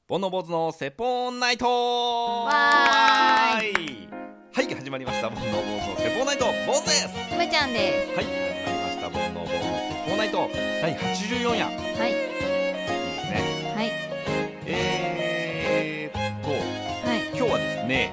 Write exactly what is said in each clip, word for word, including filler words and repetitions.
煩悩坊主の説法ナイトわーい。 はい、始まりました煩悩坊主の説法ナイト、坊主です。 梅ちゃんです。 はい、始まりました煩悩坊主の説法ナイトだいはちじゅうよん夜。はい、いいですね。 はい。 えーっと、はい、今日はですね、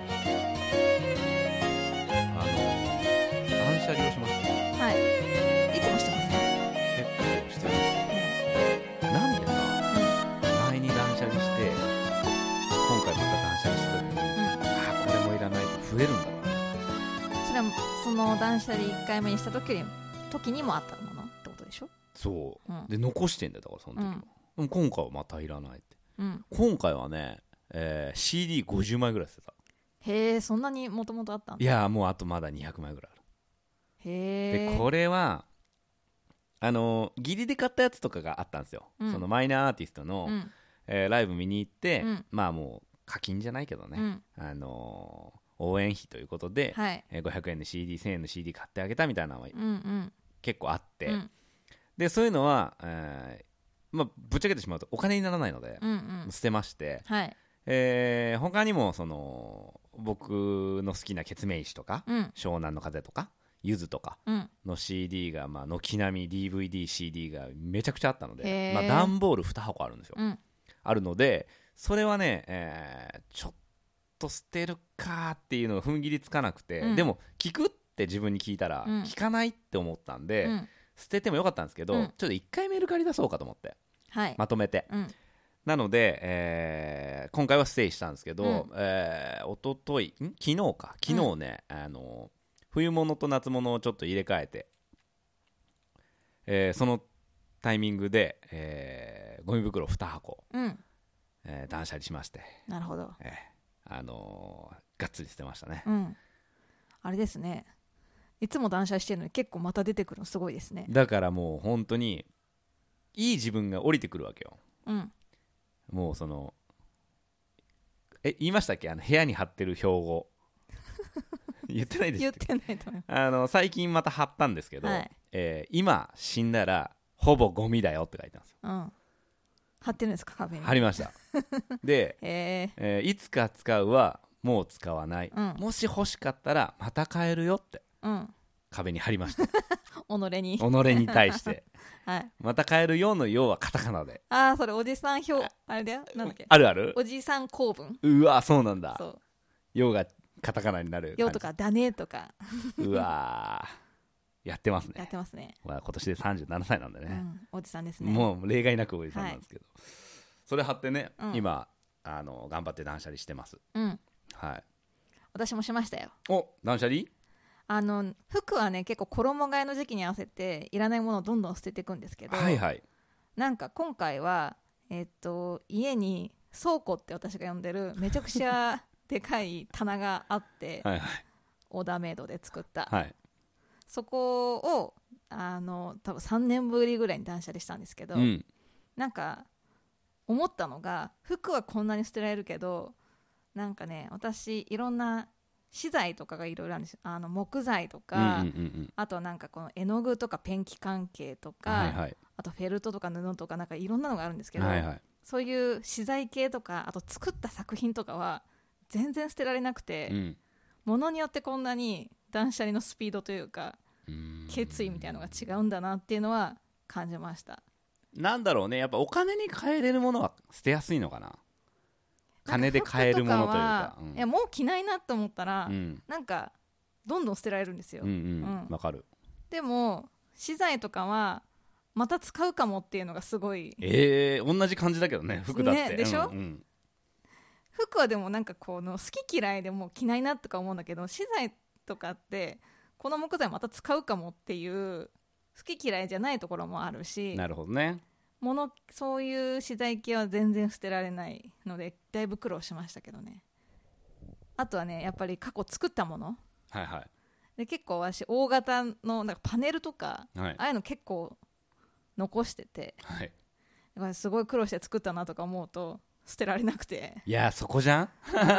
あの断捨離をします。 はい。いつもしてますね。結構してるんですよ。なんでさ、うん、前に断捨離して今回また断捨離した時に、うん、あ、これもいらないと増えるんだろうね。 それはその断捨離いっかいめにした時に時にもあったものってことでしょ。 そう、うん、で残してんだよ。だからその時は、うん、今回はまたいらないって、うん、今回はね、えー、シーディーごじゅう 枚ぐらい捨てた。 へえ、そんなにもともとあったんだ。 いやもうあとまだにひゃくまいぐらいある。 へえ。 でこれはあの義理で買ったやつとかがあったんですよ、うん、そのマイナーアーティストの、うん、えー、ライブ見に行って、うん、まあもう課金じゃないけどね、うん、あのー、応援費ということで、はい、えー、ごひゃくえんで シーディーせんえんの シーディー 買ってあげたみたいなのは、うんうん、結構あって、うん、でそういうのは、えーまあ、ぶっちゃけてしまうとお金にならないので、うんうん、捨てまして、はい、えー、他にもその僕の好きなケツメイシとか、うん、湘南の風とかゆずとかの シーディー が、まあ、軒並み ディーブイディー、シーディー がめちゃくちゃあったので、まあ、段ボールに箱あるんですよ、うん、あるのでそれはね、えー、ちょっと捨てるかっていうのが踏ん切りつかなくて、うん、でも聞くって自分に聞いたら、うん、聞かないって思ったんで、うん、捨ててもよかったんですけど、うん、ちょっといっかいメルカリ出そうかと思って、はい、まとめて、うん、なので、えー、今回はステイしたんですけど、うん、えー、おとといん昨日か昨日ね、うん、あの冬物と夏物をちょっと入れ替えて、えー、そのタイミングで、えー、ゴミ袋に箱、うんえー、断捨離しまして。 なるほど、 えー、あのー、がっつり捨てましたね、 うん、あれですね、いつも断捨離してるのに結構また出てくるのすごいですね。 だからもう本当にいい自分が降りてくるわけよ、うん、もうそのえ言いましたっけ、あの部屋に貼ってる標語言ってないです。 言ってないと思います。 あの最近また貼ったんですけど、はい、えー、今死んだらほぼゴミだよって書いてますよ、うん、 貼ってるんですか、壁に。 貼りましたで、えーえー、いつか使うはもう使わない、うん、もし欲しかったらまた買えるよって、うん、壁に貼りました己に己に対して、はい、また買えるよのよはカタカナで。 ああ、それおじさん表あれだよ、なんだっけ、 あるあるおじさん公文。 うわそうなんだ。そう、よがカタカナになるよとかだねとかうわやってますね。 やってますね、 まあ、今年でさんじゅうななさいなんでね、うん、 おじさんですね。 もう例外なくおじさんなんですけど、はい、それ貼ってね、うん、今あの頑張って断捨離してます、うん、はい。 私もしましたよ。 お、断捨離。 あの服はね結構衣替えの時期に合わせていらないものをどんどん捨てていくんですけど、はいはい、なんか今回は、えー、っと家に倉庫って私が呼んでるめちゃくちゃでかい棚があってはい、はい、オーダーメイドで作った、はい、そこをあの多分さんねんぶりぐらいに断捨離したんですけど、うん、なんか思ったのが服はこんなに捨てられるけどなんかね私いろんな資材とかがいろいろあるんですよ。あの木材とか、うんうんうんうん、あとなんかこの絵の具とかペンキ関係とか、はいはい、あとフェルトとか布とかなんかいろんなのがあるんですけど、はいはい、そういう資材系とかあと作った作品とかは全然捨てられなくて、うん、物によってこんなに断捨離のスピードというか決意みたいなのが違うんだなっていうのは感じました。 なんだろうね、やっぱお金に換えれるものは捨てやすいのかな。金で買えるものというか、 うん、いやもう着ないなと思ったら、うん、なんかどんどん捨てられるんですよ。うんうんうん、かる。 でも資材とかはまた使うかもっていうのがすごい、 えー、同じ感じだけどね、服だって、 ね、でしょ、うんうん、服はでもなんかこの好き嫌いでもう着ないなとか思うんだけど、資材とかってこの木材また使うかもっていう好き嫌いじゃないところもあるし。 なるほどね。 ものそういう資材系は全然捨てられないのでだいぶ苦労しましたけどね。あとはねやっぱり過去作ったもの、はいはい、で結構私大型のなんかパネルとか、はい、ああいうの結構残してて、はい、だからすごい苦労して作ったなとか思うと捨てられなくて。 いやそこじゃん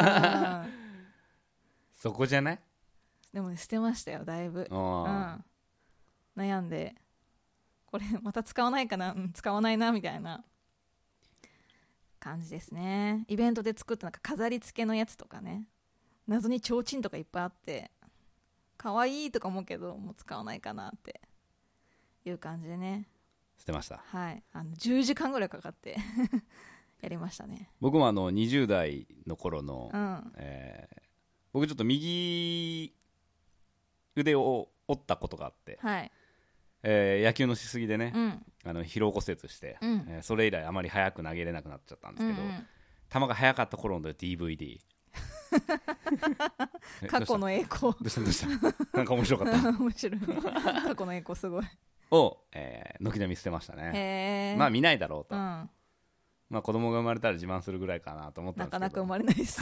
そこじゃない。 でもね捨てましたよだいぶ、うん、悩んでこれまた使わないかな、うん、使わないなみたいな感じですね。イベントで作ったなんか飾り付けのやつとかね、謎に提灯とかいっぱいあって可愛いとか思うけどもう使わないかなっていう感じでね、 捨てました。 はい、あのじゅうじかんぐらいかかってやりましたね。 僕もあのにじゅう代の頃の、 うんえー、僕ちょっと右腕を折ったことがあって、 はい、 えー、野球のしすぎでね、 うん、あの疲労骨折して、 うんえー、それ以来あまり速く投げれなくなっちゃったんですけど、うんうん、球が速かった頃の ディーブイディー過去の栄光どうしたどうしたなんか面白かった面白いね過去の栄光すごいを、えー、軒並み捨てましたね。 へー、 まあ見ないだろうと、うん、 まあ子供が生まれたら自慢するぐらいかなと思ったんですけど、 なかなか生まれないです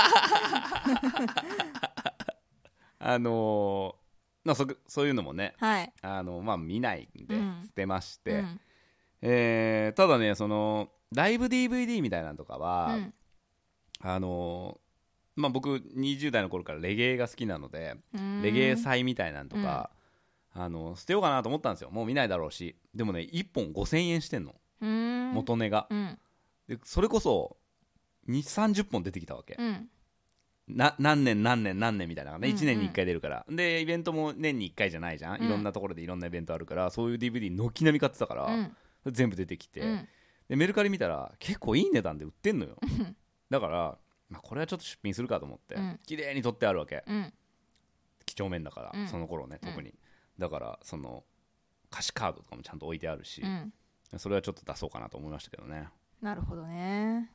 あのーまあ、そ, そういうのもね、 はい、 あのまあ、見ないんで捨てまして、うん、えー、ただねそのライブ ディーブイディー みたいなのとかは、うん、あのーまあ、僕にじゅう代の頃からレゲエが好きなのでレゲエ祭みたいなのとか、うん、あの捨てようかなと思ったんですよ。もう見ないだろうし、でもねいっぽんごせんえんしてんの、元値が、うん、でそれこそにじゅうさんじゅっぽん出てきたわけ、うん、な何年何年何年みたいなのがね、うんうん、いちねんにいっかい出るから。でイベントも年にいっかいじゃないじゃん、うん、いろんなところでいろんなイベントあるから、そういう ディーブイディー 軒並み買ってたから、うん、全部出てきて、うん、でメルカリ見たら結構いい値段で売ってんのよだから、まあ、これはちょっと出品するかと思って、うん、綺麗に取ってあるわけ、うん、几帳面だから、うん、その頃ね特に、うん、だからその歌詞カードとかもちゃんと置いてあるし、うん、それはちょっと出そうかなと思いましたけどね。 なるほどね。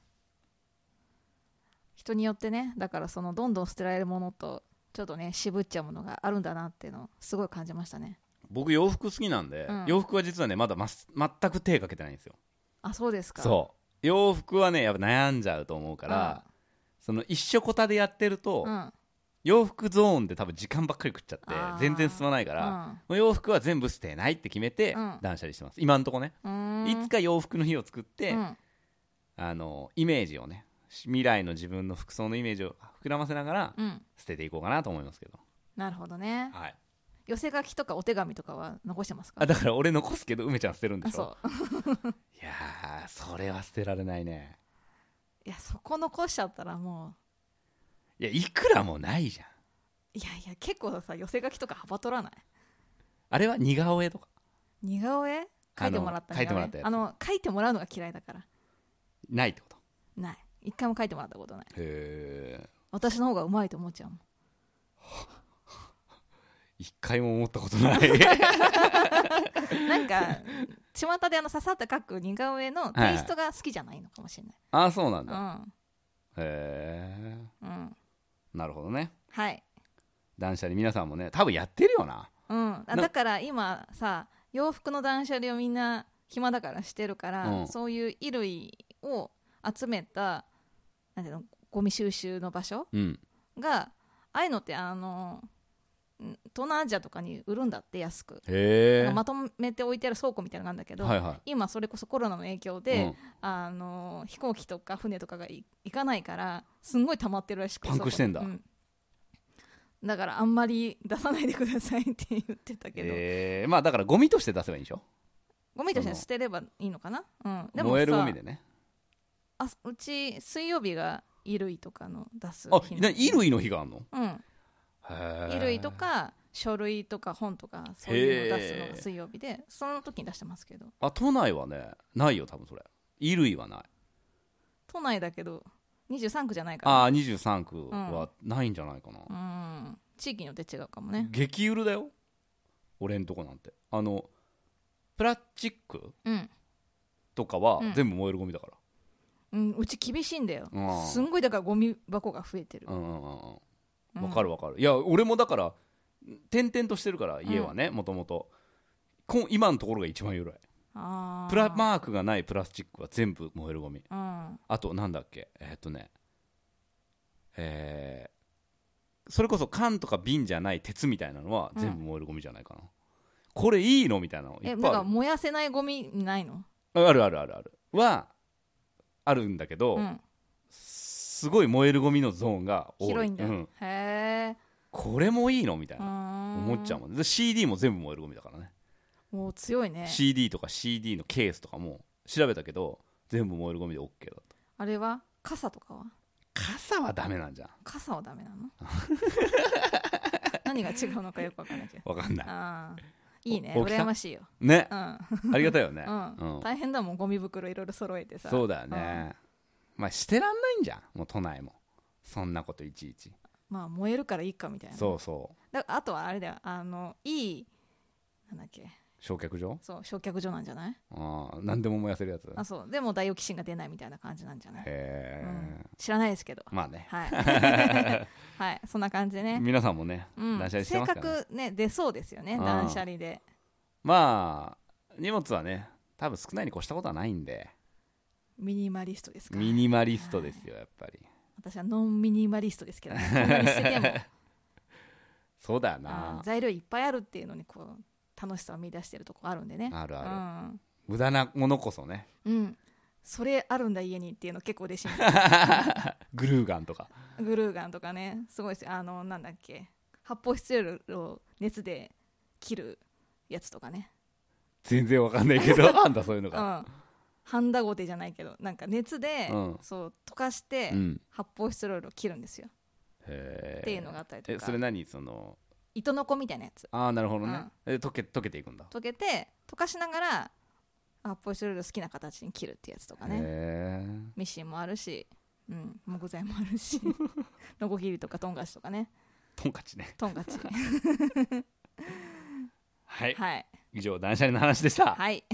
人によってね、だからそのどんどん捨てられるものとちょっとね渋っちゃうものがあるんだなっていうのをすごい感じましたね。 僕洋服好きなんで、うん、洋服は実はねまだ、ま、全く手かけてないんですよ。 あ、そうですか。 そう洋服はねやっぱ悩んじゃうと思うから、うん、その一緒こたでやってると、うん、洋服ゾーンで多分時間ばっかり食っちゃって全然進まないから、うん、もう洋服は全部捨てないって決めて断捨離してます、今んとこね。いつか洋服の日を作って、あのイメージをね、未来の自分の服装のイメージを膨らませながら捨てていこうかなと思いますけど、うん、 なるほどね、 はい、 寄せ書きとかお手紙とかは残してますか？ あ、だから俺残すけど梅ちゃん捨てるんでしょ。そういやーそれは捨てられないね。 いやそこ残しちゃったらもういやいくらもないじゃん。 いやいや結構さ寄せ書きとか幅取らない？ あれは似顔絵とか。 似顔絵書いてもらった似顔絵、書いてもらったやつ。あの書いてもらうのが嫌いだから。 ないってこと？ ない、一回も書いてもらったことない。 へー、 私の方がうまいと思っちゃうもん一回も思ったことないなんか巷であのささっと書く似顔絵のテイストが好きじゃないのかもしれない、 はいはい、ああそうなんだ、うん、へえ、うん、 なるほどね。 はい、 断捨離皆さんもね多分やってるよな、 うん、だから今さ洋服の断捨離をみんな暇だからしてるから、うん、そういう衣類を集めたなんていうのゴミ収集の場所、うん、がああいうのってあの東南アジアとかに売るんだって安く。 へまとめて置いてある倉庫みたいなのがあるんだけど、はいはい、今それこそコロナの影響で、うん、あの飛行機とか船とかが行かないからすんごい溜まってるらしくてパンクしてんだ、 うん、だからあんまり出さないでくださいって言ってたけど、 えー、まあだからゴミとして出せばいいんでしょ。 ゴミとして捨てればいいのかな、うん、でも燃えるゴミでね。 あうち水曜日が衣類とかの出す日。あ、な衣類の日があるの？ うん、衣類とか書類とか本とかそういうのを出すのが水曜日でその時に出してますけど。 あ、都内はねないよ多分それ。衣類はない。 都内だけどにじゅうさんくじゃないから、 ね、ああにじゅうさんくはないんじゃないかな、 うん、地域によって違うかもね。 激売るだよ俺んとこなんて。あのプラスチック、うん、とかは全部燃えるゴミだから、 うん、うち厳しいんだよ、うん、すんごいだからゴミ箱が増えてる。 うんうんうん、分かる分かる。いや俺もだから点々としてるから家はねもともと今のところが一番緩い。あプラマークがないプラスチックは全部燃えるゴミ、うん、あとなんだっけえー、っとねえー、それこそ缶とか瓶じゃない鉄みたいなのは全部燃えるゴミじゃないかな、うん、これいいのみたいなのいっぱいある。 えだから燃やせないゴミないの？ あるあるあるあるはあるんだけど、うん、すごい燃えるゴミのゾーンが多い。 広いんだ、うん、へーこれもいいのみたいな思っちゃうもん。で シーディー も全部燃えるゴミだからね。 もう強いね。 シーディー とか シーディー のケースとかも調べたけど全部燃えるゴミで OK だった。 あれは傘とかは？ 傘はダメなんじゃん。 傘はダメなの？何が違うのかよく分かんないけど。 分かんない。 あいいね、羨ましいよね、 うん、ありがたいよね、 うんうん、大変だもん、ゴミ袋いろいろ揃えてさ。 そうだよね、うん、まあしてらんないんじゃん、もう都内もそんなこといちいち。 まあ燃えるからいいかみたいな。 そうそうだあとはあれだよ、あのいいなんだっけ、 焼却場。 そう、焼却所なんじゃない？ ああ、何でも燃やせるやつ。 あ、そう。でもダイオキシンが出ないみたいな感じなんじゃない？へえ、 うん、知らないですけど。 まあね、 はいはい、そんな感じでね。 皆さんもね、 うん、 断捨離してますからね。 性格ね出そうですよね、断捨離で。 まあ荷物はね多分少ないに越したことはないんで。 ミニマリストですか？ ミニマリストですよ、はい、やっぱり。 私はノンミニマリストですけどね、こんなに捨ててもそうだよな、 材料いっぱいあるっていうのにこう楽しさを見出してるとこあるんでね。 あるある、 うん、 無駄なものこそね、 うん、それあるんだ家にっていうの結構嬉しいグルーガンとかグルーガンとかね、すごいですよ。あのなんだっけ、発泡スチロールを熱で切るやつとかね。 全然わかんないけどあんだそういうのが、 うん、ハンダゴテじゃないけど、なんか熱で、うん、そう溶かして、うん、発泡スチロールを切るんですよ。へーっていうのがあったりとか。 え、それ何、その糸の子みたいなやつ。 ああ、なるほどね、うん、え溶け溶けていくんだ。 溶けて溶かしながら発泡スチロールを好きな形に切るってやつとかね。へー、ミシンもあるし、うん、木材もあるしノコギリとかトンカチとかね。 トンカチね、 トンカチはい、 はい、 以上断捨離の話でした。 はい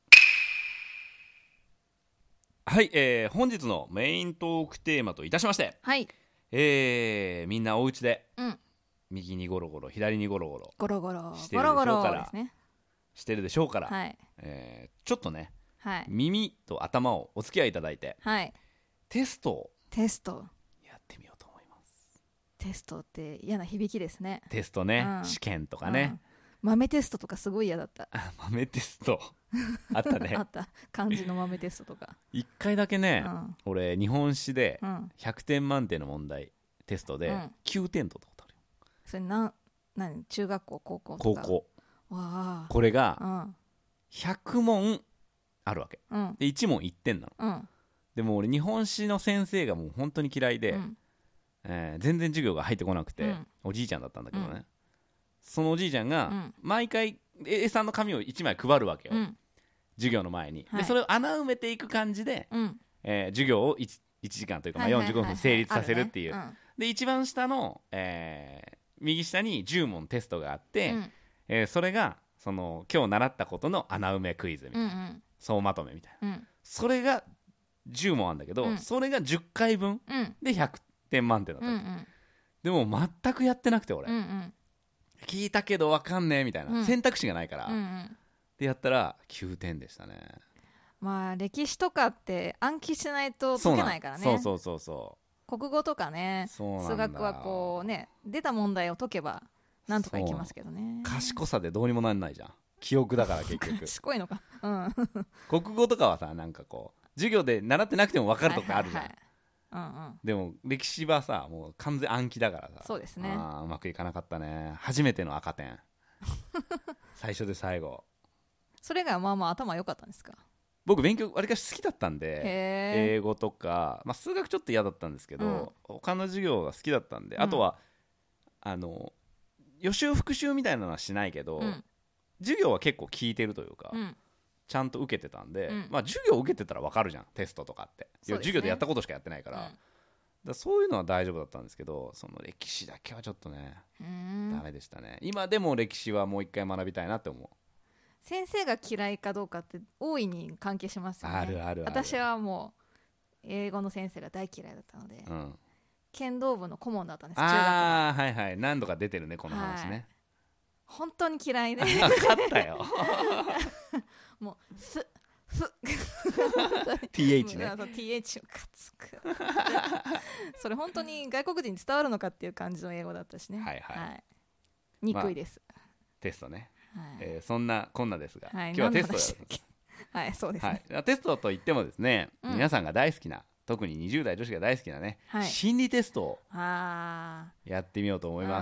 はい、えー、本日のメイントークテーマといたしまして、 はい、 えー、みんなお家で、 うん、 右にゴロゴロ左にゴロゴロゴロゴロしてるでしょうから、 ゴロゴロですね、 してるでしょうから、 はい、 えー、ちょっとね、 はい、 耳と頭をお付き合いいただいて、 はい、 テストをテストやってみようと思います。 テストって嫌な響きですね。 テストね、うん、試験とかね、 うん、豆テストとかすごい嫌だった豆テストあったねあった、漢字の豆テストとか一回だけね、うん、俺日本史でひゃくてん満点の問題テストできゅうてん取ったことあるよ。 それな何、中学校高校とか？ 高校。 わこれがひゃく問あるわけ、うん、でいち問いってんなの、うん、でも俺日本史の先生がもう本当に嫌いで、うん、えー、全然授業が入ってこなくて、うん、おじいちゃんだったんだけどね、うん、そのおじいちゃんが毎回 エーさん の紙をいちまい配るわけよ、うん、授業の前に、はい、でそれを穴埋めていく感じで、うん、えー、授業を 1, いちじかんというか、まあ、よんじゅうごふん成立させるっていう、ね、うん、で一番下の、えー、右下にじゅう問テストがあって、うん、えー、それがその今日習ったことの穴埋めクイズみたいな、うんうん、総まとめみたいな、うん、それがじゅう問あるんだけど、うん、それがじゅっかいぶんでひゃくてん満点だった、うんうん、でも全くやってなくて俺、うんうん、聞いたけど分かんねえみたいな、うん、選択肢がないから、うんうん、でやったらきゅうてんでしたね。 まあ歴史とかって暗記しないと解けないからね。 そうそうそうそう国語とかね、数学はこうね、出た問題を解けばなんとかいきますけどね。 賢さでどうにもなんないじゃん、記憶だから結局賢いのか、うん、 国語とかはさ、なんかこう授業で習ってなくても分かるとかあるじゃん、はいはいはい、うんうん、でも歴史はさもう完全暗記だからさ。 そうですね。 あうまくいかなかったね。初めての赤点最初で最後。それがまあまあ頭良かったんですか？ 僕勉強わりかし好きだったんで、英語とか、まあ、数学ちょっと嫌だったんですけど、うん、他の授業が好きだったんで、うん、あとはあの予習復習みたいなのはしないけど、うん、授業は結構聞いてるというか、うん、ちゃんと受けてたんで、うん、まあ、授業受けてたら分かるじゃん、テストとかって、ね、授業でやったことしかやってないから、うん、だからそういうのは大丈夫だったんですけど、その歴史だけはちょっとねダメでしたね。今でも歴史はもう一回学びたいなって思う。 先生が嫌いかどうかって大いに関係しますよね。 あるあるある。 私はもう英語の先生が大嫌いだったので、うん、剣道部の顧問だったんです。中学の。 ああ、はいはい、何度か出てるねこの話ね、はい、 本当に嫌いで分かったよもうすふティーエイチ ね。 ティーエイチ をかつくそれ本当に外国人に伝わるのかっていう感じの英語だったしね。はいはい、はい、憎いです、まあ、 テストね、はい、えー、そんなこんなですが、はい、今日はテストですはい、そうですね、 はい、テストといってもですね、うん、皆さんが大好きな、特ににじゅう代女子が大好きなね、はい、心理テストをやってみようと思います、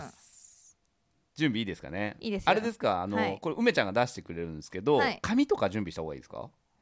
うん、準備いいですかね？ いいですよ。 あれですか、あの、はい、これ梅ちゃんが出してくれるんですけど、はい、紙とか準備した方がいいですか？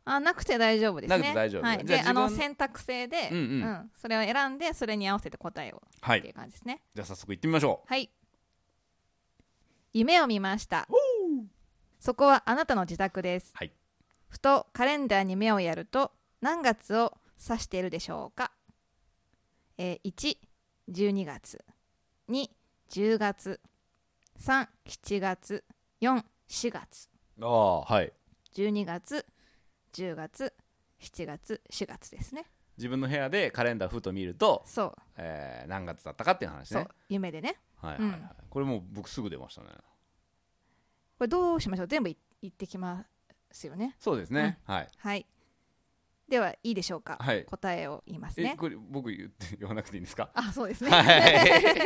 あ、なくて大丈夫ですね。 なくて大丈夫、 はい、であの選択制で、うんうんうん、それを選んでそれに合わせて答えを、はい、っていう感じですね。 じゃあ早速いってみましょう。はい。夢を見ました。そこはあなたの自宅です、はい、ふとカレンダーに目をやると何月を指しているでしょうか。えー、いち、じゅうにがつ、に、じゅうがつ、さん、しちがつ、よん、しがつ。 ああ、はい。 じゅうにがつ、じゅうがつ、しちがつ、しがつですね。 自分の部屋でカレンダーふと見ると、 そう、 えー、何月だったかっていう話ね。 そう、夢でね。 はいはいはい、うん、これもう僕すぐ出ましたね。 これどうしましょう。全部言ってきますよね。 そうですね、うん、はい、 はい。ではいいでしょうか、 はい、 答えを言いますね。 え、これ僕言って言わなくていいんですか。 あ、そうですね、はい、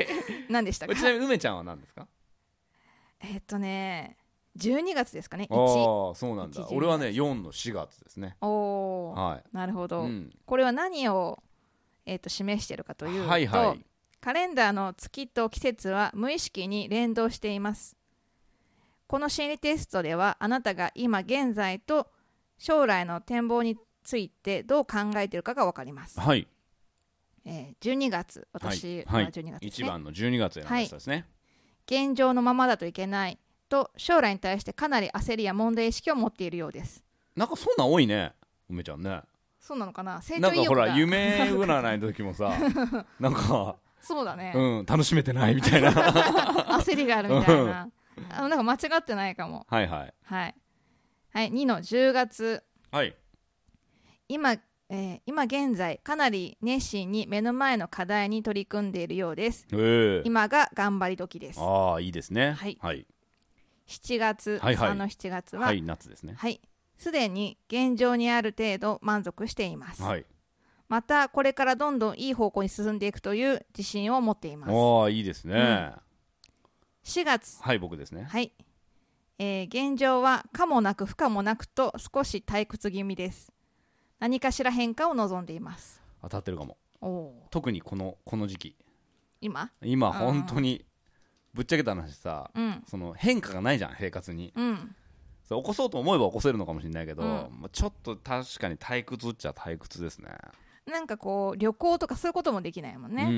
何でしたか。 ちなみに梅ちゃんは何ですか。 えー、っとねじゅうにがつですかね。いち。 ああ、そうなんだ。俺はねよんのしがつですね。 おお、はい、なるほど、うん、これは何を、えー、っと示しているかというと、はいはい、カレンダーの月と季節は無意識に連動しています。この心理テストではあなたが今現在と将来の展望についてどう考えているかが分かります。 はい、 えー、じゅうにがつ、私はじゅうにがつですね。 いちばんのじゅうにがつ選びましたですね、はい、 現状のままだといけないと将来に対してかなり焦りや問題意識を持っているようです。 なんかそんなん多いね、梅ちゃんね。 そうなのかな。成長意欲がなんかほら夢占いの時もさなんかそうだね、 うん、楽しめてないみたいな焦りがあるみたいな、あのなんか間違ってないかも。 はいはいはい、はい、にのじゅうがつ、 はい、 今、えー、今現在かなり熱心に目の前の課題に取り組んでいるようです。今が頑張り時です。 ああ、いいですね。 はい、 はい、 しちがつ、はいはい、さんのしちがつは、 はい、夏ですね。 はい、すでに現状にある程度満足しています、 はい、 またこれからどんどんいい方向に進んでいくという自信を持っています。 ああ、いいですね、うん、 しがつ、 はい、僕ですね。 はい、えー、現状は可もなく不可もなくと少し退屈気味です。何かしら変化を望んでいます。 当たってるかも。お、特にこのこの時期、 今今本当にぶっちゃけた話さ、うん、その変化がないじゃん生活に、うん、そう起こそうと思えば起こせるのかもしれないけど、うん、まあ、ちょっと確かに退屈っちゃ退屈ですね。 なんかこう旅行とかそういうこともできないもんね、うんうん、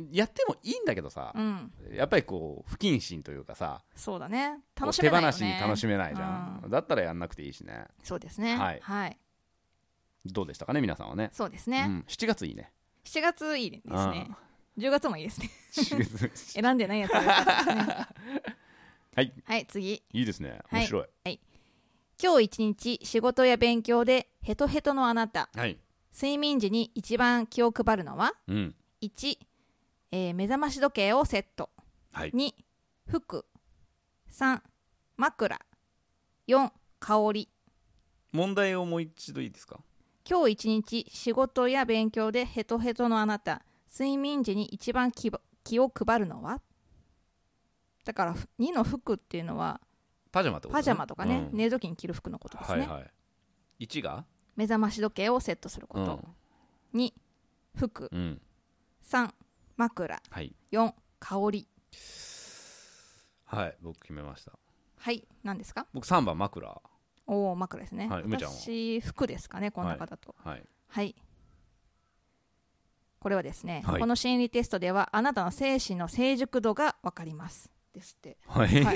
やってもいいんだけどさ、うん、やっぱりこう不謹慎というかさ、 そうだね、楽しめないよね、 手放しに楽しめないじゃん、うん、だったらやんなくていいしね。 そうですね、はい、はい、 どうでしたかね皆さんはね。 そうですね、うん、 しちがついいね。 しちがついいですね。じゅうがつもいいですね選んでないやつですねはい、 はい、次いいですね、面白い、 はいはい、今日一日仕事や勉強でヘトヘトのあなた、はい、睡眠時に一番気を配るのは、うん、いち、えー、目覚まし時計をセット、はい、に、服、さん、枕、よん、香り。 問題をもう一度いいですか。 今日一日仕事や勉強でヘトヘトのあなた、睡眠時に一番 気, 気を配るのは。だからにの服っていうのはパジャマってことね。 パジャマとかね、うん、寝る時に着る服のことですね。はいはい、 いちが目覚まし時計をセットすること、うん、に服、うん、さん枕、はい、よん香り。 はい、僕決めました。 はい、何ですか。 僕さんばん枕。 おお、枕ですね、 はい、梅ちゃんは。 私服ですかね、この中だと。はい、はいはい、これはですね、はい、この心理テストではあなたの精神の成熟度が分かりますですって。はい、はい、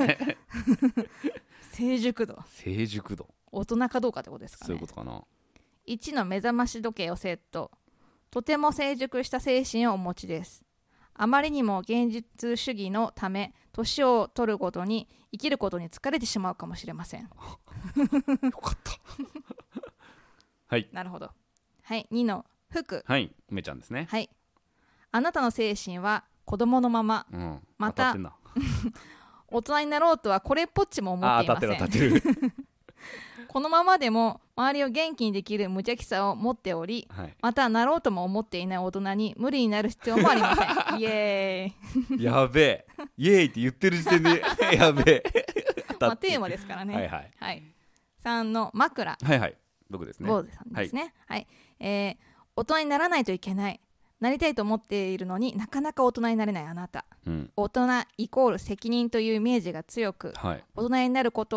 成熟度成熟度大人かどうかってことですかね。 そういうことかな。 いちの目覚まし時計をセット。とても成熟した精神をお持ちです。あまりにも現実主義のため年を取るごとに生きることに疲れてしまうかもしれませんよかったはい、 なるほど。はい、にの服。 はい、梅ちゃんですね。 はい、あなたの精神は子供のまま、うん、また大人になろうとはこれっぽっちも思っていません。あ、当たってる当たってるこのままでも周りを元気にできる無邪気さを持っており、はい、またなろうとも思っていない大人に無理になる必要もありませんイエーイやべえイエーイって言ってる時点でやべえまあ、テーマですからね。はいはい、はい、さんの枕。 はいはい、僕ですね。 坊主さんですね。はい、はい、えー、大人にならないといけない、なりたいと思っているのになかなか大人になれないあなた、うん、大人イコール責任というイメージが強く、はい、大人になることを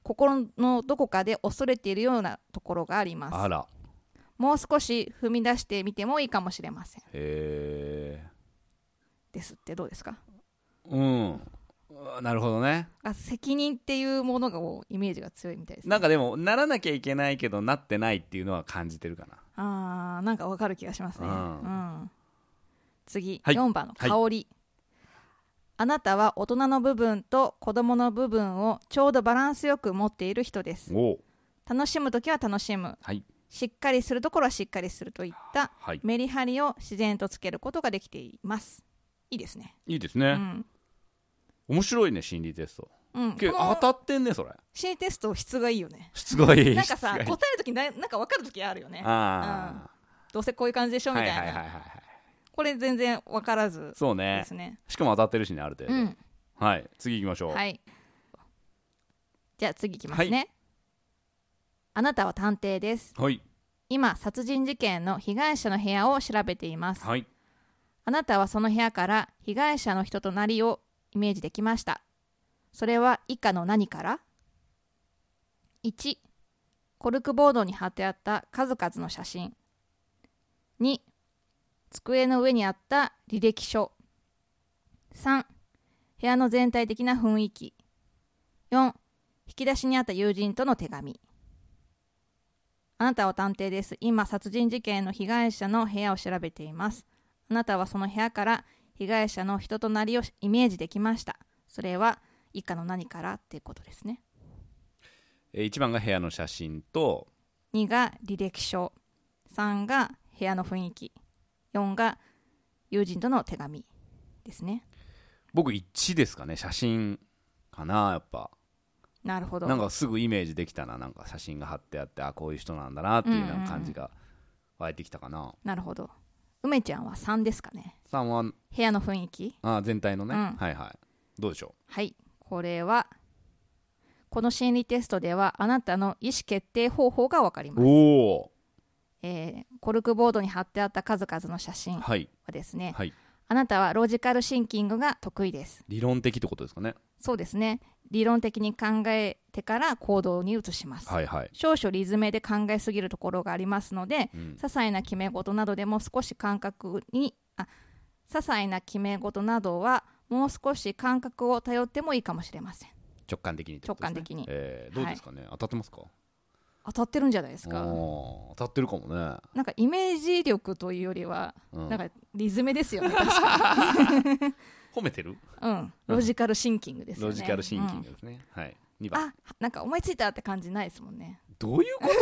心のどこかで恐れているようなところがあります。 あら、 もう少し踏み出してみてもいいかもしれません。 へーですって。どうですか？ うん、なるほどね。 あ、責任っていうものがイメージが強いみたいですね。 なんかでもならなきゃいけないけどなってないっていうのは感じてるかな。 あー、なんかわかる気がしますね、 うんうん、次、 はい、 よんばんの香り、はい、あなたは大人の部分と子供の部分をちょうどバランスよく持っている人です。楽しむときは楽しむ、はい、しっかりするところはしっかりするといったメリハリを自然とつけることができています。いいですね。 いいですね、うん、面白いね心理テスト、うん、当たってんね。それ心理テスト質がいいよね。 質がいい。 なんかさ、答えるときにななんか分かるときあるよね。あ、うん、どうせこういう感じでしょみたいな、はいはいはいはい、これ全然分からずですね。 そうね。しかも当たってるしね、ある程度、うん、はい、次行きましょう。 はい、じゃあ次行きますね、はい、あなたは探偵です、はい、今殺人事件の被害者の部屋を調べています、はい、あなたはその部屋から被害者の人となりをイメージできました。それは以下の何から？いち、コルクボードに貼ってあった数々の写真。に、机の上にあった履歴書。さん、部屋の全体的な雰囲気。よん、引き出しにあった友人との手紙。あなたは探偵です。今、殺人事件の被害者の部屋を調べています。あなたはその部屋から被害者の人となりをイメージできました。それは以下の何からっていうことですね。 いちばんが部屋の写真と、 にが履歴書、さんが部屋の雰囲気、よんが友人との手紙ですね。 僕いちですかね。写真かな、やっぱ。 なるほど。 なんかすぐイメージできたな。なんか写真が貼ってあって、あ、こういう人なんだなっていうなんか感じが湧いてきたかな、うんうんうん、 なるほど。梅ちゃんはさんですかね。 さんは部屋の雰囲気、 あ、全体のね、うん、はいはい。どうでしょう。 はい、これはこの心理テストではあなたの意思決定方法が分かります。おー、えー、コルクボードに貼ってあった数々の写真はですね、はいはい、あなたはロジカルシンキングが得意です。 理論的ってことですかね。 そうですね。理論的に考えてから行動に移します、はいはい、少々理詰めで考えすぎるところがありますので、うん、些細な決め事などでも少し感覚にあ些細な決め事などはもう少し感覚を頼ってもいいかもしれません。 直感的にってことですね。 直感的に、 えー、どうですかね、はい、当たってますか？ 当たってるんじゃないですか。 当たってるかもね。 なんかイメージ力というよりは、うん、なんかリズムですよね。確かに褒めてる？ うん、ロジカルシンキングですよね。 ロジカルシンキングですね、うん、はい。にばん、 あ、なんか思いついたって感じないですもんね。 どういうこと？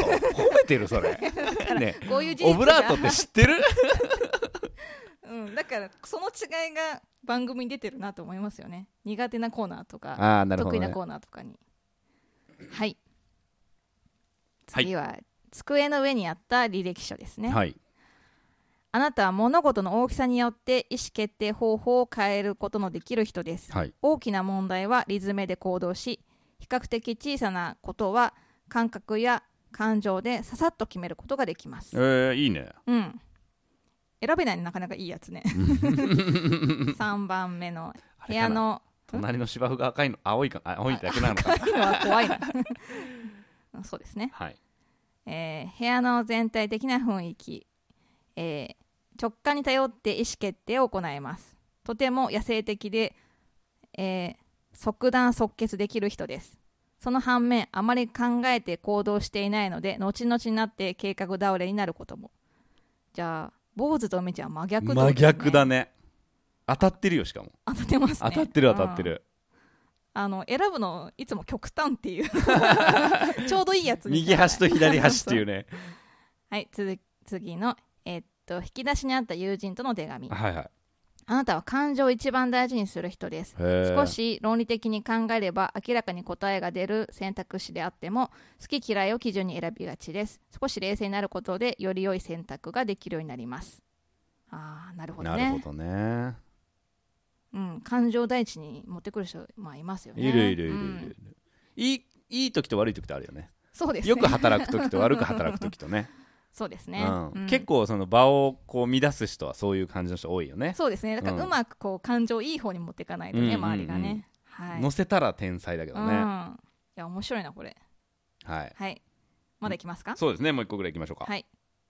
褒めてるそれね、 こういう事実がオブラートって知ってる？ うん、だからその違いが番組に出てるなと思いますよね。苦手なコーナーとか、 あ、なるほどね、 得意なコーナーとかに。はい、次は、はい、机の上にあった履歴書ですね、はい、あなたは物事の大きさによって意思決定方法を変えることのできる人です、はい、大きな問題は理詰めで行動し、比較的小さなことは感覚や感情でささっと決めることができます。 えー、いいね。 うん、選べないのなかなかいいやつねさんばんめの部屋の隣の芝生が赤いの青いか青いだけなのか赤いのは怖いなそうですね、はい、えー、部屋の全体的な雰囲気、えー、直感に頼って意思決定を行います。とても野生的で、えー、即断即決できる人です。その反面あまり考えて行動していないので後々になって計画倒れになることも。じゃあ坊主と梅ちゃん真逆、ね、 真逆だね。当たってるよ。しかも当たってますね。 当たってる当たってる、 うん、あの選ぶのいつも極端っていうちょうどいいやつ右端と左端っていうねはいつ次の、えー、っと引き出しにあった友人との手紙、 はいはい、 あなたは感情を一番大事にする人です。少し論理的に考えれば明らかに答えが出る選択肢であっても好き嫌いを基準に選びがちです。少し冷静になることでより良い選択ができるようになります。あー、なるほどね。 なるほどね。 うん、感情第一に持ってくる人、まあ、いますよね。 いるいるいるいる、うん、いい、いい時と悪い時とあるよね。 そうですね。 よく働く時と悪く働く時とねそうですね、 うんうん、結構その場をこう乱す人はそういう感じの人多いよね。 そうですね。だからうまくこう感情をいい方に持っていかないとね、うん、周りがね、はい、 乗せたら天才だけどね、うん、 や面白いなこれ。 はい、 はい、まだいきますか。 そうですね、もう一個ぐらいいきましょうか。 はい、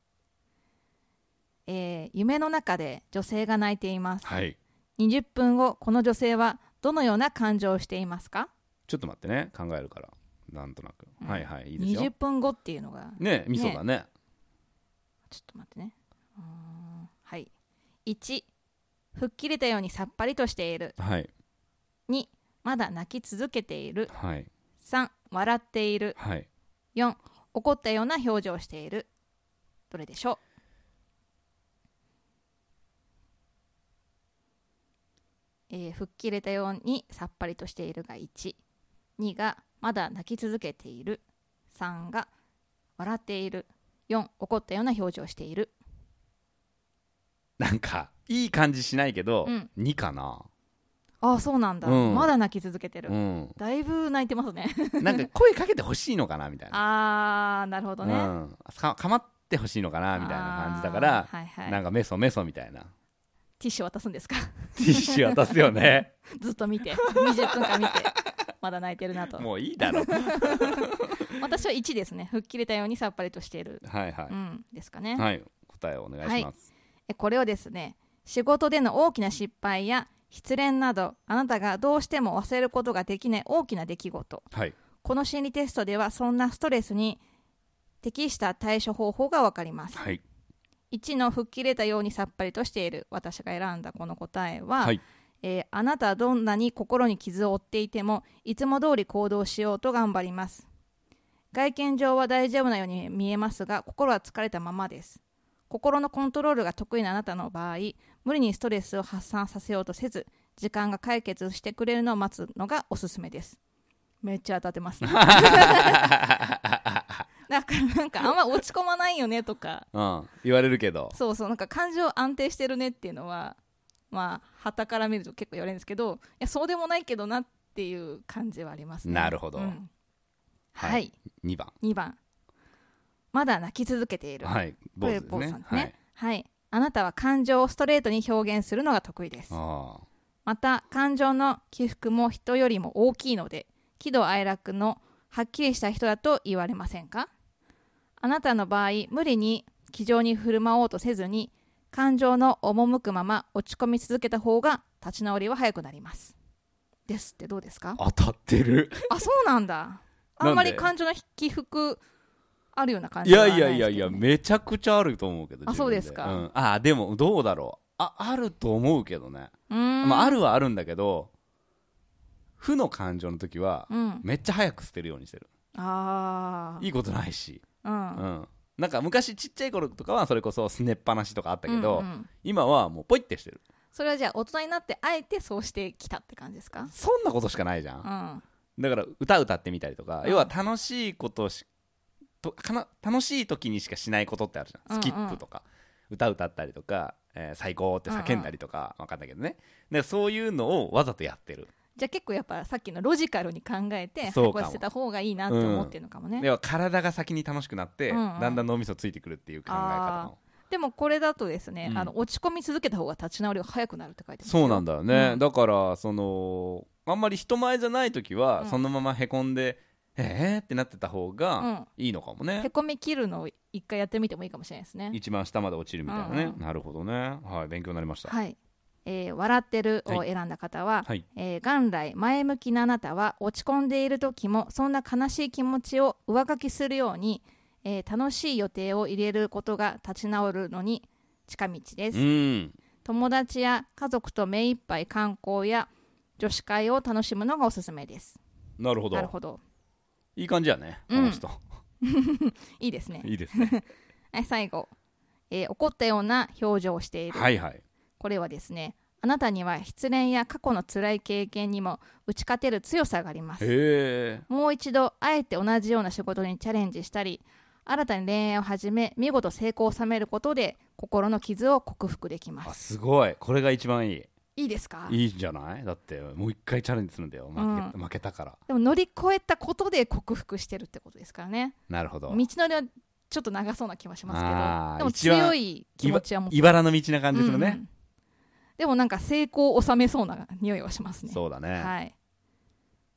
えー、夢の中で女性が泣いています、 はい、 にじゅっぷんごこの女性はどのような感情をしていますか。 ちょっと待ってね、考えるからなんとなく、うん、はいはい、いいですよ。 にじゅっぷんごっていうのがね、味噌だね。 ちょっと待ってね。うーん、はい。いち、吹っ切れたようにさっぱりとしている、 はい、 に、まだ泣き続けている、 はい、 さん、笑っている、 はい、 よん、怒ったような表情をしている。どれでしょう。えー、吹っ切れたようにさっぱりとしているがいち、にがまだ泣き続けている、さんが笑っている、よん、怒ったような表情をしている。 なんかいい感じしないけど、 うん、 にかな。 ああそうなんだ、うん、まだ泣き続けてる、うん、だいぶ泣いてますねなんか声かけてほしいのかなみたいな。あーなるほどね、うん、 か, かまってほしいのかなみたいな感じだから、はいはい、なんかメソメソみたいな。 ティッシュ渡すんですか。 ティッシュ渡すよねずっと見てにじゅっぷんかん見てまだ泣いてるなと。 もういいだろ私はいちですね。吹っ切れたようにさっぱりとしている、 はいはい、 うん、ですかね。 はい、答えをお願いします、 はい、これをですね、仕事での大きな失敗や失恋などあなたがどうしても忘れることができない大きな出来事、 はい、 この心理テストではそんなストレスに適した対処方法が分かります、 はい、 いちの吹っ切れたようにさっぱりとしている、私が選んだこの答えは、はい、えー、あなたはどんなに心に傷を負っていてもいつも通り行動しようと頑張ります。外見上は大丈夫なように見えますが心は疲れたままです。心のコントロールが得意なあなたの場合、無理にストレスを発散させようとせず、時間が解決してくれるのを待つのがおすすめです。めっちゃ当たってますねだからなんかあんま落ち込まないよねとか、 うん、言われるけど、 そうそう、なんか感情安定してるねっていうのはまあ旗から見ると結構言われるんですけど、いやそうでもないけどなっていう感じはありますね。 なるほど、うん、 はい、はい、 にばんにばん、まだ泣き続けている、 はい、 これ坊さんですね、はいはい、あなたは感情をストレートに表現するのが得意です。 あ、 また感情の起伏も人よりも大きいので、喜怒哀楽のはっきりした人だと言われませんか。あなたの場合、無理に気丈に振る舞おうとせずに、感情の赴くまま落ち込み続けた方が立ち直りは早くなります。ですって。どうですか。 当たってるあ、そうなんだ。あんまり感情の起伏あるような感じはないですけど、ね、 いやいやいやいや、めちゃくちゃあると思うけど。 あ、そうですか、 うん、あ、でもどうだろう、あ、あると思うけどね。うーん、まあ、あるはあるんだけど、負の感情の時は、うん、めっちゃ早く捨てるようにしてる。 あー、 いいことないし、 うん、 うん、なんか昔ちっちゃい頃とかはそれこそすねっぱなしとかあったけど、うんうん、今はもうポイってしてる。 それはじゃあ大人になってあえてそうしてきたって感じですか。 そんなことしかないじゃん、うん、だから歌歌ってみたりとか、うん、要は楽しいことしとかな、楽しい時にしかしないことってあるじゃん、スキップとか、うんうん、歌歌ったりとか、えー、最高って叫んだりとか、うんうん、分かんないけどね。でそういうのをわざとやってる。 じゃあ結構やっぱさっきのロジカルに考えて早く捨てた方がいいなって思ってるのかもね、 うん、では体が先に楽しくなって、うんうん、だんだん脳みそついてくるっていう考え方の。 でもこれだとですね、うん、あの落ち込み続けた方が立ち直りが早くなるって書いてますよ。そうなんだよね、うん、だからそのあんまり人前じゃない時は、うん、そのままへこんでえーってなってた方がいいのかもね、 うん、へこみ切るのを一回やってみてもいいかもしれないですね。 一番下まで落ちるみたいなね、うんうん、なるほどね、はい、勉強になりました。 はい、えー、笑ってるを選んだ方は、はい、えー、元来前向きなあなたは落ち込んでいる時もそんな悲しい気持ちを上書きするように、えー、楽しい予定を入れることが立ち直るのに近道です。うん、友達や家族と目いっぱい観光や女子会を楽しむのがおすすめです。 なるほど、 なるほど、 いい感じやね、この人、 うん、いいですね、 いいですねはい、最後、えー、怒ったような表情をしている、 はいはい、 これはですね、あなたには失恋や過去の辛い経験にも打ち勝てる強さがあります。 へー、 もう一度あえて同じような仕事にチャレンジしたり、新たに恋愛を始め見事成功を収めることで心の傷を克服できます。 あ、すごい、これが一番いい。 いいですか。 いいんじゃない。だってもう一回チャレンジするんだよ、負け、うん、負けたから。 でも乗り越えたことで克服してるってことですからね。 なるほど。 道のりはちょっと長そうな気はしますけど、でも強い気持ちは持ってる。 茨の道な感じするね、うんうん、 でもなんか成功を収めそうな匂いはしますね。 そうだね、 はい、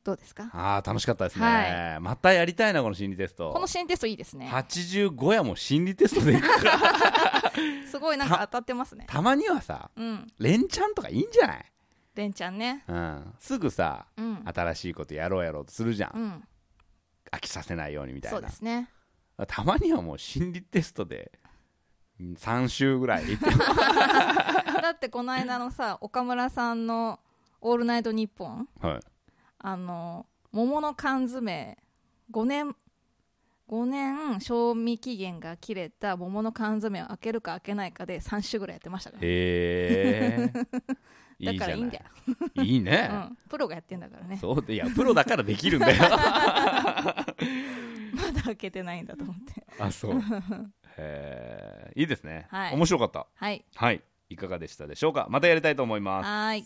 どうですか？ あー楽しかったですね、はい、またやりたいなこの心理テスト。 この心理テストいいですね。 はちじゅうごやも心理テストでいくからすごいなんか当たってますね。 た, たまにはさ、うん、連チャンとかいいんじゃない？ 連チャンね、 うん、すぐさ、うん、新しいことやろうやろうとするじゃん、うん、飽きさせないようにみたいな。 そうですね。 たまにはもう心理テストでさん週ぐらいだってこの間のさ岡村さんのオールナイトニッポン、 はい、 あの桃の缶詰ごねんごねん賞味期限が切れた桃の缶詰を開けるか開けないかでさん週ぐらいやってましたから、ね、 へだからいいんだよ。 いいね、 うん、プロがやってんだからね。 そうで、いやプロだからできるんだよまだ開けてないんだと思って。 あ、そうへいいですね、 はい、 面白かった。 はい、 はい、いかがでしたでしょうか。またやりたいと思います。 はい、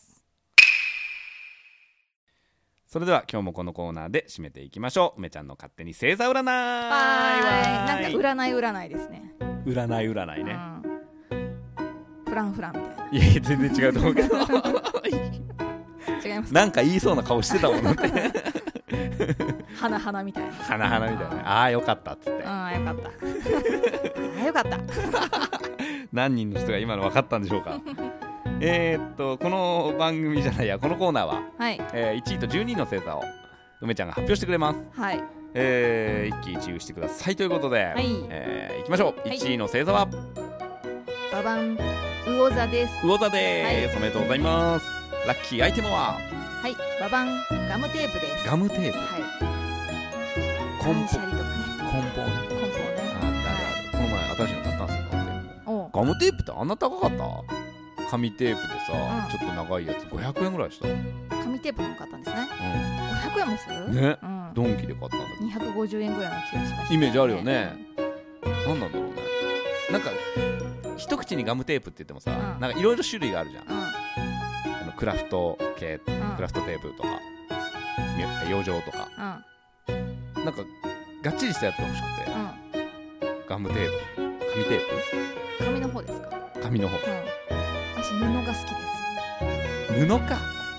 それでは今日もこのコーナーで締めていきましょう。梅ちゃんの勝手に星座占い。 なんか占い占いですね。 占い占いね、 うん、フランフランみたいな。 いやいや全然違うと思うけど違います。 なんか言いそうな顔してたもんって花花みたいな。 花花みたいな。ああよかったっつって。 ああよかったあよかった何人の人が今の分かったんでしょうかえーっとこの番組じゃないやこのコーナーは、 はい、 えー、いちいとじゅうにいの星座を梅ちゃんが発表してくれます。 はい、 えー、一喜一憂してくださいということで、はい、えー、いきましょう。いちいの星座は、はい、 ババン魚座です。 魚座です、はい、おめでとうございます。ラッキーアイテムは、 はい、ババンガムテープです。 ガムテープ、 はい、 コンポシャリとかね。 コンポね。 コンポね。 あったあるある。この前新しいの買ったんですよ。ガムテープってあんな高かった？紙テープでさ、うん、ちょっと長いやつごひゃくえんぐらいした。 紙テープも買ったんですね、うん、ごひゃくえんもするね、 うん、 ドンキで買ったんだけどにひゃくごじゅうえんぐらいの気がしました、ね、 イメージあるよね、うん、何なんだろうね。なんか一口にガムテープって言ってもさ、うん、なんかいろいろ種類があるじゃん、うん、あのクラフト系、うん、クラフトテープとか養生とか、うん、なんかがっちりしたやつが欲しくて、うん、ガムテープ紙テープ紙の方ですか？ 紙の方、うん、 私布が好きです。 布か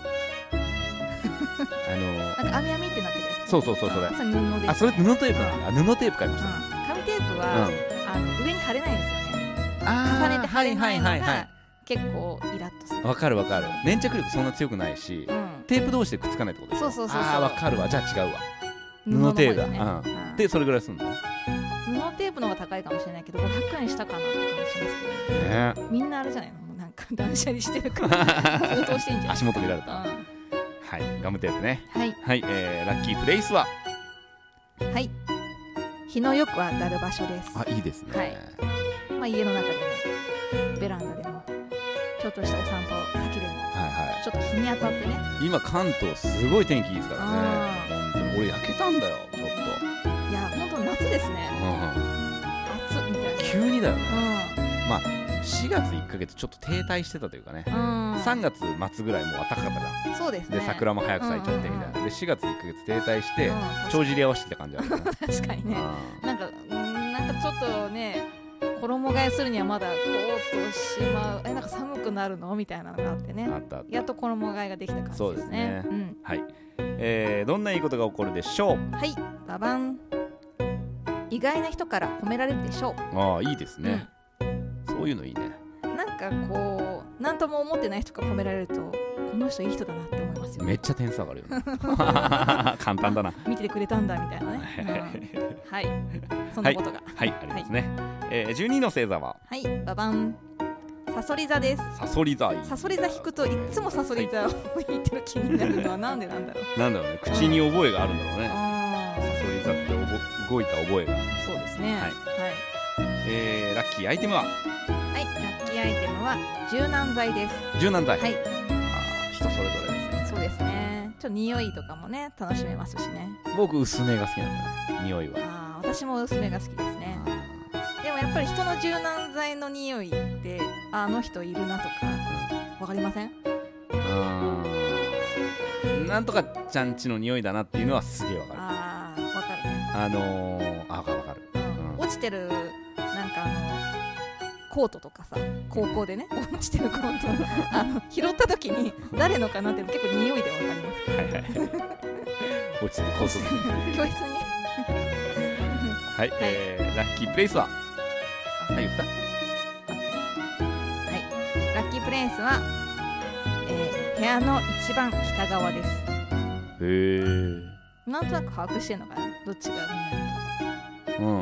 あのー、 なんか網網ってなってるやつ。 そうそうそうそれ、 それ布です、ね、 あそれ布テープなんだ、うん、布テープ買いました、うん、 紙テープは、うん、あの上に貼れないんですよね。重ねて貼れないのが結構イラッとする。 わかるわかる。粘着力そんな強くないし、うん、テープ同士でくっつかないってことでしょ。 そうそうそうそう。 ああわかるわ。じゃあ違うわ。布テープだ、ね、うんうん、でそれぐらいすんの？ 布テープの方が高いかもしれないけどごひゃくえんしたかなって感じしますけど ね, ねみんなあれじゃないの？もうなんか断捨離してるから高騰してんじゃん。 足元見られた、うん、はいガムテープね。 はい、 はいえー、ラッキープレイスははい日のよく当たる場所です。 あいいですね、 はいまあ、家の中でもベランダでもちょっとしたお散歩先でも、はいはい、ちょっと日に当たってね。 今関東すごい天気いいですからね。本当に俺焼けたんだよちょっと。 いや本当夏ですね、うん、暑みたいな急にだよね、うん、まあしがついっかげつちょっと停滞してたというかね、うん、さんがつ末ぐらいもう暖かかったじゃん。そうですね。で桜も早く咲いちゃってみたいな、うんうんうん、でしがついっかげつ停滞して、うん、帳尻合わせてた感じあるよね確かにね、うん、なんかんなんかちょっとね衣替えするにはまだこうとしまうえなんか寒くなるのみたいなのがあってね。あったあった。やっと衣替えができた感じですね。 そうですね、うん、はい、えー、どんないいことが起こるでしょう。 はいババン意外な人から褒められるでしょう。 ああいいですね、うん、そういうのいいね。 なんかこう何とも思ってない人から褒められるとこの人いい人だなって思いますよ。 めっちゃ点数上がるよね簡単だな見ててくれたんだみたいなね、うん、はいそんなことがはい、はい、ありますね、はいえー、じゅうにいの星座ははいババンサソリ座です。 サソリ座いい。 サソリ座引くといつもサソリ座を引いてる気になるのはなんでなんだろうなんだろうね口に覚えがあるんだろうね、うん、サソリ座っておぼ動いた覚えが。 そうですねはい、はいえー、ラッキーアイテムははいラッキーアイテムは柔軟剤です。 柔軟剤はいあ人それぞれですね。 そうですね。ちょっと匂いとかもね楽しめますしね。 僕薄めが好きなんですよね匂いは。 あ私も薄めが好きですね。でもやっぱり人の柔軟剤の匂いってあの人いるなとかわかりません？ うんなんとかちゃんちの匂いだなっていうのはすげえわかる。 ああわかるね。 あのー、あわかるわかる、 うんうん、落ちてるなんかあのコートとかさ、高校でね落ちてるコートあの拾った時に誰のかなって結構匂いで分かりますはいはい落ちてるコート教室にはい、はい、えー、ラッキープレイスはあ、言った？はい、 ラッキープレイスは、えー、部屋の一番北側です。 へー、 なんとなく把握してんのかな、どっちがみんなとか。うん、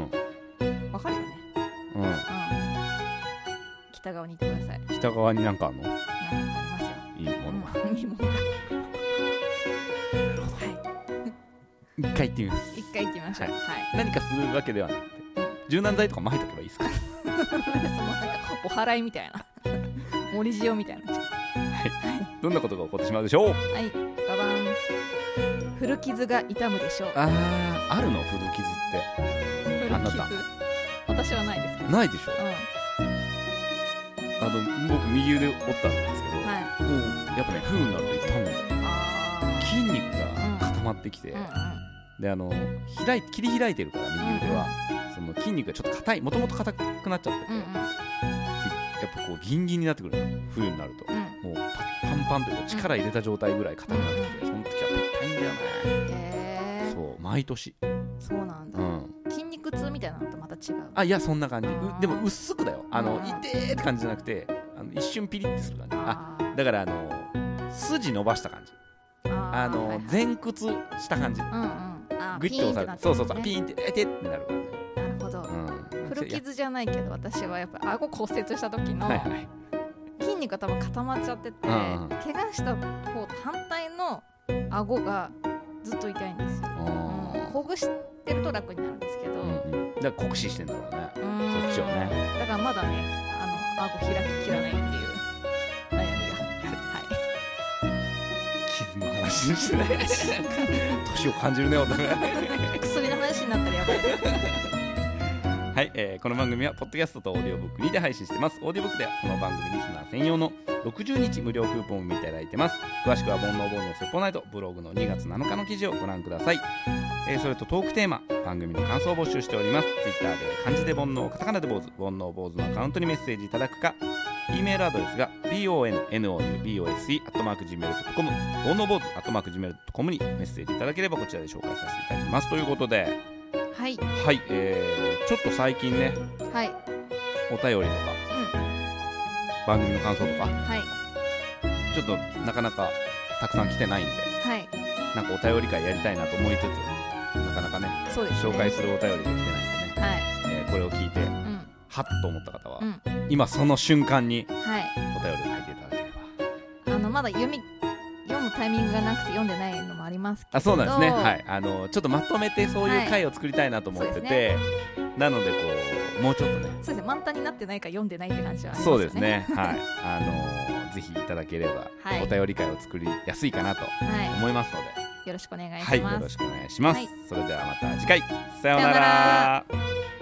わかるよね。うん、うん、北側にいてください。 北側になんかあるの？ なんかありますよ。 いいものが、 うん、いいものがなるほど、はい、 一回行ってみます。 一回行ってみましょう、はいはい、 何かするわけではなくて柔軟剤とか巻いとけばいいですか？ そのなんかお祓いみたいな森塩みたいな、はい、 どんなことが起こってしまうでしょう？はい、 ババン。古傷が痛むでしょう。 あー、あるの？古傷って古傷、私はないですけど。 ないでしょ、うん、あの僕右腕折ったんですけど、はい、もうやっぱね、冬になると痛むんだよ。あ、筋肉が固まってきて、うんうん、であの開い切り開いてるから右腕は、うんうん、その筋肉がちょっと硬い、もともと硬くなっちゃってて、うんうん、やっぱこうギンギンになってくるの、冬になると、うん、もうパンパンというか力入れた状態ぐらい硬くなってきて、うん、その時は痛いんだよね。へー、そう毎年。 そうなんだ、うん、筋肉痛みたいなのとまた違う？ あ、いやそんな感じ。でも薄くだよ、あの痛ーって感じじゃなくて、あの一瞬ピリッてする感じ。ああ、だからあの筋伸ばした感じ、ああの、はいはい、前屈した感じ、うんうん、グイッと押されて、ね、そうそうそう、ピーンってえてってなる感じ。 なるほど、うん、古傷じゃないけど私はやっぱ顎骨折した時の、はいはい、筋肉が多分固まっちゃってて、うんうん、怪我した方と反対の顎がずっと痛いんですよ、うん、ほぐしてると楽になるんですけど、うんうん、 だから酷使してんだろうね、そっちをね。 だからまだね、あの顎開ききらないっていう悩みが、はい、 傷の話してない年を感じるね、お互い薬の話になったらやばいはい、えー、この番組はポッドキャストとオーディオブックにて配信してます。オーディオブックではこの番組リスナー専用のろくじゅうにち無料クーポンを見ていただいてます。詳しくは煩悩煩悩説法ナイトブログのにがつなのかの記事をご覧ください。えー、それとトークテーマ、番組の感想を募集しております。ツイッターで漢字で煩悩、カタカナで坊主、煩悩坊主のアカウントにメッセージいただくか、 E メールアドレスが ボンノボーズ アットマーク ジーメール ドットコム 煩悩坊主 アットマーク ジーメール ドットコム にメッセージいただければこちらで紹介させていただきますということで、 はい、 はい、えー、ちょっと最近ね、はい、お便りとか、うん、番組の感想とか、はい、ちょっとなかなかたくさん来てないんで、はい、なんかお便り会やりたいなと思いつつ、なかなかね、そうですね、紹介するお便りが来てないんでね、はい、えー、これを聞いて、うん、はっと思った方は、うん、今その瞬間にお便りを書いていただければ、 あのまだ読み読むタイミングがなくて読んでないのもありますけど、 あ、そうなんですね、はい、あのちょっとまとめてそういう回を作りたいなと思ってて、はいね、なのでこうもうちょっとね、 そうですね、満タンになってないから読んでないって感じはありますよね。 そうですね、はい、あのぜひいただければ、はい、お便り会を作りやすいかなと思いますので、はい、 よろしくお願いします。 はい、よろしくお願いします、はい、それではまた次回、さようなら。